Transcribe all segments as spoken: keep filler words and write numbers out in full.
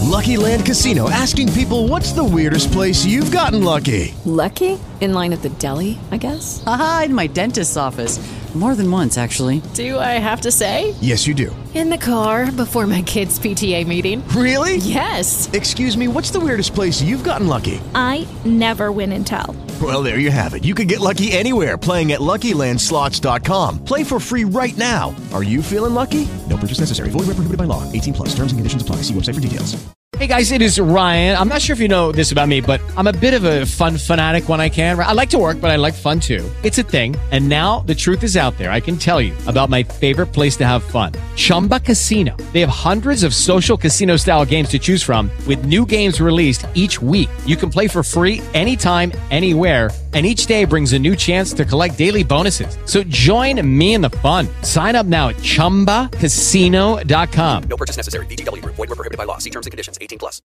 Lucky Land Casino, asking people, what's the weirdest place you've gotten lucky? Lucky? In line at the deli, I guess? Aha, in my dentist's office. More than once, actually. Do I have to say? Yes, you do. In the car before my kids' P T A meeting. Really? Yes. Excuse me, what's the weirdest place you've gotten lucky? I never win and tell. Well, there you have it. You can get lucky anywhere, playing at Lucky Land Slots dot com. Play for free right now. Are you feeling lucky? No purchase necessary. Void where prohibited by law. eighteen plus. Terms and conditions apply. See website for details. Hey guys, it is Ryan. I'm not sure if you know this about me, but I'm a bit of a fun fanatic when I can. I like to work, but I like fun too. It's a thing. And now the truth is out there. I can tell you about my favorite place to have fun. Chumba Casino. They have hundreds of social casino style games to choose from with new games released each week. You can play for free anytime, anywhere. And each day brings a new chance to collect daily bonuses. So join me in the fun. Sign up now at chumba casino dot com. No purchase necessary. V G W. Void where prohibited by law. See terms and conditions. eighteen plus.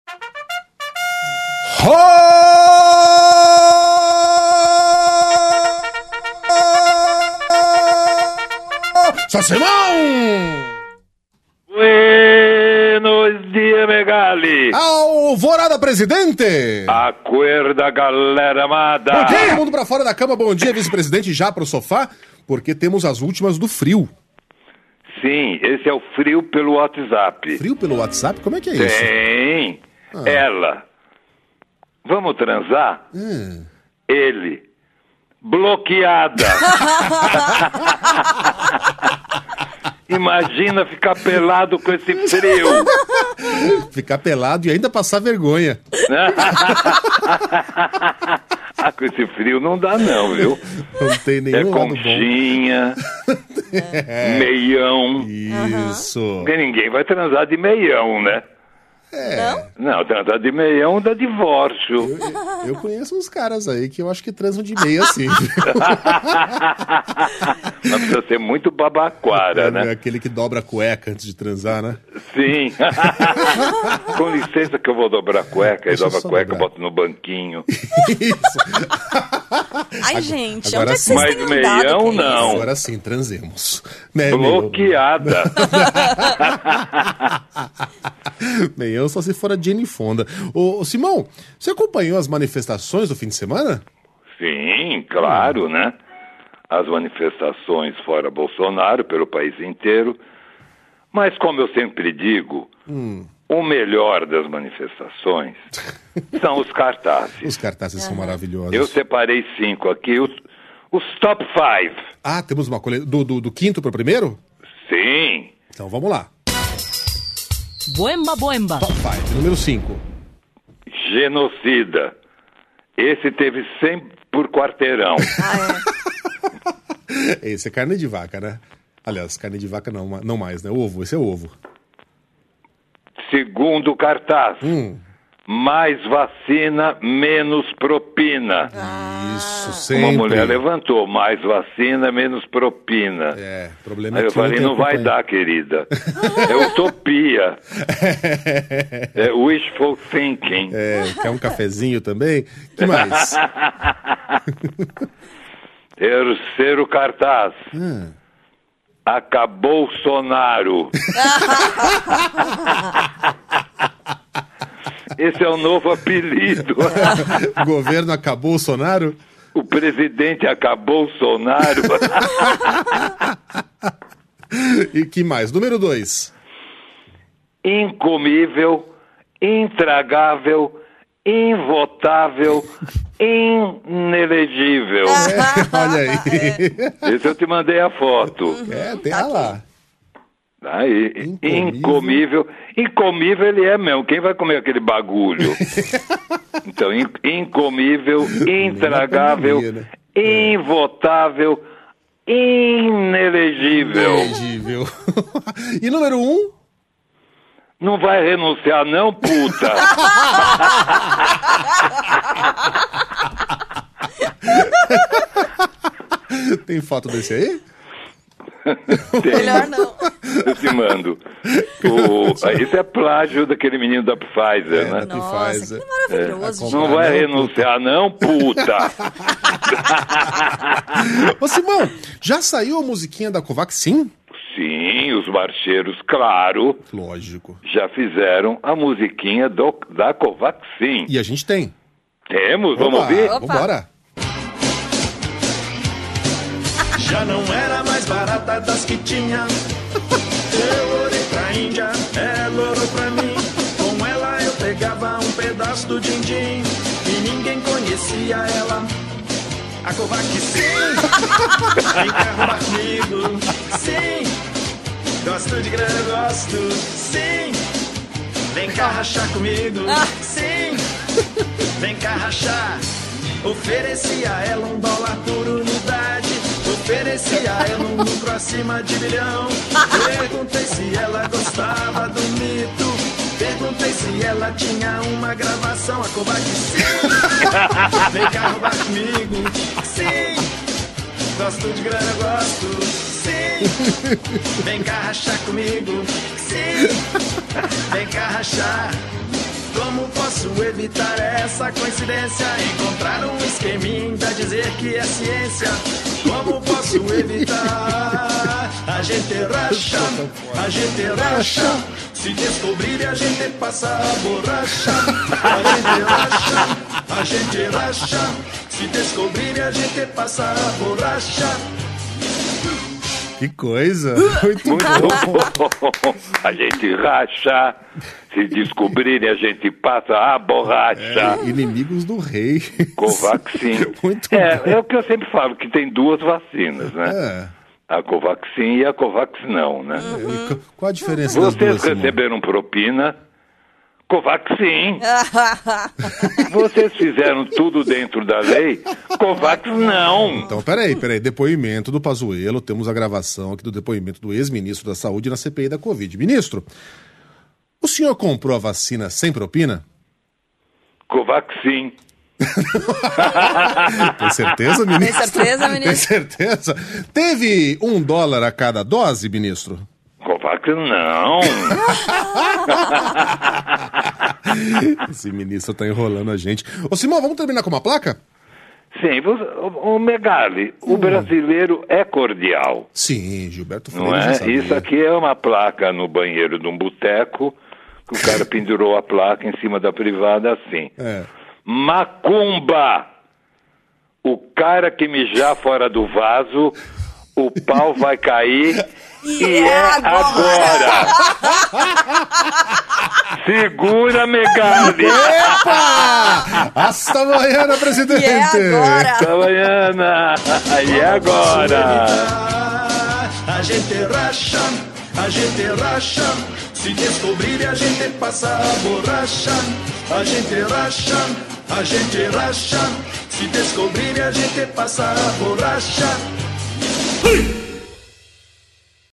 São Simão! Buenos dias, Megali! Alvorada, presidente! Acorda, galera amada! Bom dia, todo mundo pra fora da cama, bom dia, vice-presidente, já pro sofá, porque temos as últimas do frio. Sim, esse é o frio pelo WhatsApp. Frio pelo WhatsApp? Como é que é isso? Tem! Ah. Ela. Vamos transar? Hum. Ele. Bloqueada. Imagina ficar pelado com esse frio. Ficar pelado e ainda passar vergonha. Ah, com esse frio não dá não, viu? Não tem nenhum é lado conchinha, é. Meião. Isso. Porque ninguém vai transar de meião, né? É. Não? Não, transar de meião dá divórcio. Eu, eu, eu conheço uns caras aí que eu acho que transam de meia assim. Mas precisa ser muito babaquara, é, né? Aquele que dobra a cueca antes de transar, né? Sim. Com licença que eu vou dobrar a cueca. Aí dobra a cueca, dobrar. boto no banquinho. Isso. Ai, gente, agora onde é que sim. vocês Mas têm andado? meião, Que não. isso? Agora sim, transemos. Né, Bloqueada. Meião só se for a Jenny Fonda. Ô, ô, Simão, você acompanhou as manifestações do fim de semana? Sim, claro, né? As manifestações fora Bolsonaro, pelo país inteiro. Mas, como eu sempre digo, Hum. o melhor das manifestações são os cartazes. Os cartazes são maravilhosos. Eu separei cinco aqui, os, os top five. Ah, temos uma coleção do, do, do quinto para o primeiro? Sim. Então vamos lá. Boemba, boemba. Top cinco, número cinco. Genocida. Esse teve cem por quarteirão. Esse é carne de vaca, né? Aliás, carne de vaca não, não mais, né? Ovo, esse é ovo. Segundo cartaz. Hum. Mais vacina, menos propina. Isso, sempre. Uma mulher levantou, mais vacina, menos propina. É, o problema Aí é eu que eu falei, tenho não vai acompanhado. dar, querida. É utopia. É wishful thinking. É, quer um cafezinho também? Que mais? Terceiro cartaz. Hum. Acabou o Sonaro. Esse é o novo apelido. O governo acabou o Sonaro? O presidente acabou o Sonaro. E que mais? Número dois. Incomível, intragável, invotável, inelegível. É, olha aí. Esse eu te mandei a foto. É, tem tá lá. Aí, Incomível. incomível. Incomível ele é mesmo. Quem vai comer aquele bagulho? Então, in, incomível, intragável, pandemia, né? invotável, inelegível. Inelegível. E número um? Não vai renunciar não, puta? Tem foto desse aí? Tem. Melhor não. Eu te mando. O, isso é plágio daquele menino da Pfizer, É, né? da Nossa, Pfizer. que maravilhoso, É, gente. Não vai renunciar não, puta? Ô, Simão, já saiu a musiquinha da Covaxin? Sim, o os marcheiros, claro, Lógico. já fizeram a musiquinha do, da Covaxin. E a gente tem. Temos, vamos ouvir? Opa. Vambora. Já não era mais barata das que tinha. Eu orei pra Índia, ela orou pra mim. Com ela eu pegava um pedaço do din-din e ninguém conhecia ela. A Covaxin, vem cá roubar comigo. Sim, gosto de grana, eu gosto. Sim, vem cá rachar comigo. Sim, vem cá rachar. Ofereci a ela um dólar por unidade. Ofereci a ela um lucro acima de bilhão. Perguntei se ela gostava do mito. Perguntei se ela tinha uma gravação. A Covaxin, vem cá roubar comigo. Sim, gosto de grana, eu gosto. Sim, vem cá rachar comigo. Sim, vem cá rachar. Como posso evitar essa coincidência? Encontrar um esqueminha, ainda dizer que é ciência. Como posso evitar? A gente racha, a gente racha. Se descobrir, a gente passa a borracha. A gente racha, a gente racha. Se descobrir, a gente passa a borracha. Que coisa! Muito, Muito bom. A gente racha. Se descobrirem, a gente passa a borracha. É, inimigos do rei. Covaxin. Muito é, bom. é o que eu sempre falo, que tem duas vacinas, né? É. A Covaxin e a Covax não, né? É, qual a diferença das Vocês duas, Simão? receberam propina, Covaxin. Vocês fizeram tudo dentro da lei, Covax não. Então, peraí, peraí. Depoimento do Pazuello. Temos a gravação aqui do depoimento do ex-ministro da Saúde na C P I da Covid. Ministro, o senhor comprou a vacina sem propina? Covaxin. Tem certeza, ministro? Tem certeza, ministro? Tem certeza? Teve um dólar a cada dose, ministro? Covax não. Esse ministro tá enrolando a gente. Ô, Simão, vamos terminar com uma placa? Sim, você, o, o Megali, o Hum. brasileiro é cordial. Sim, Gilberto Freire Não já é? sabia. Isso aqui é uma placa no banheiro de um boteco, que o cara pendurou a placa em cima da privada assim. É. Macumba! O cara que mijar fora do vaso, o pau vai cair e, E é é agora! Segura, Megali! Epa! Hasta amanhã, presidente! E é agora! Hasta amanhã! E é agora! A gente racha, a gente racha. Se descobrir, a gente passa a borracha. A gente racha, a gente racha. Se descobrir, a gente passa a borracha.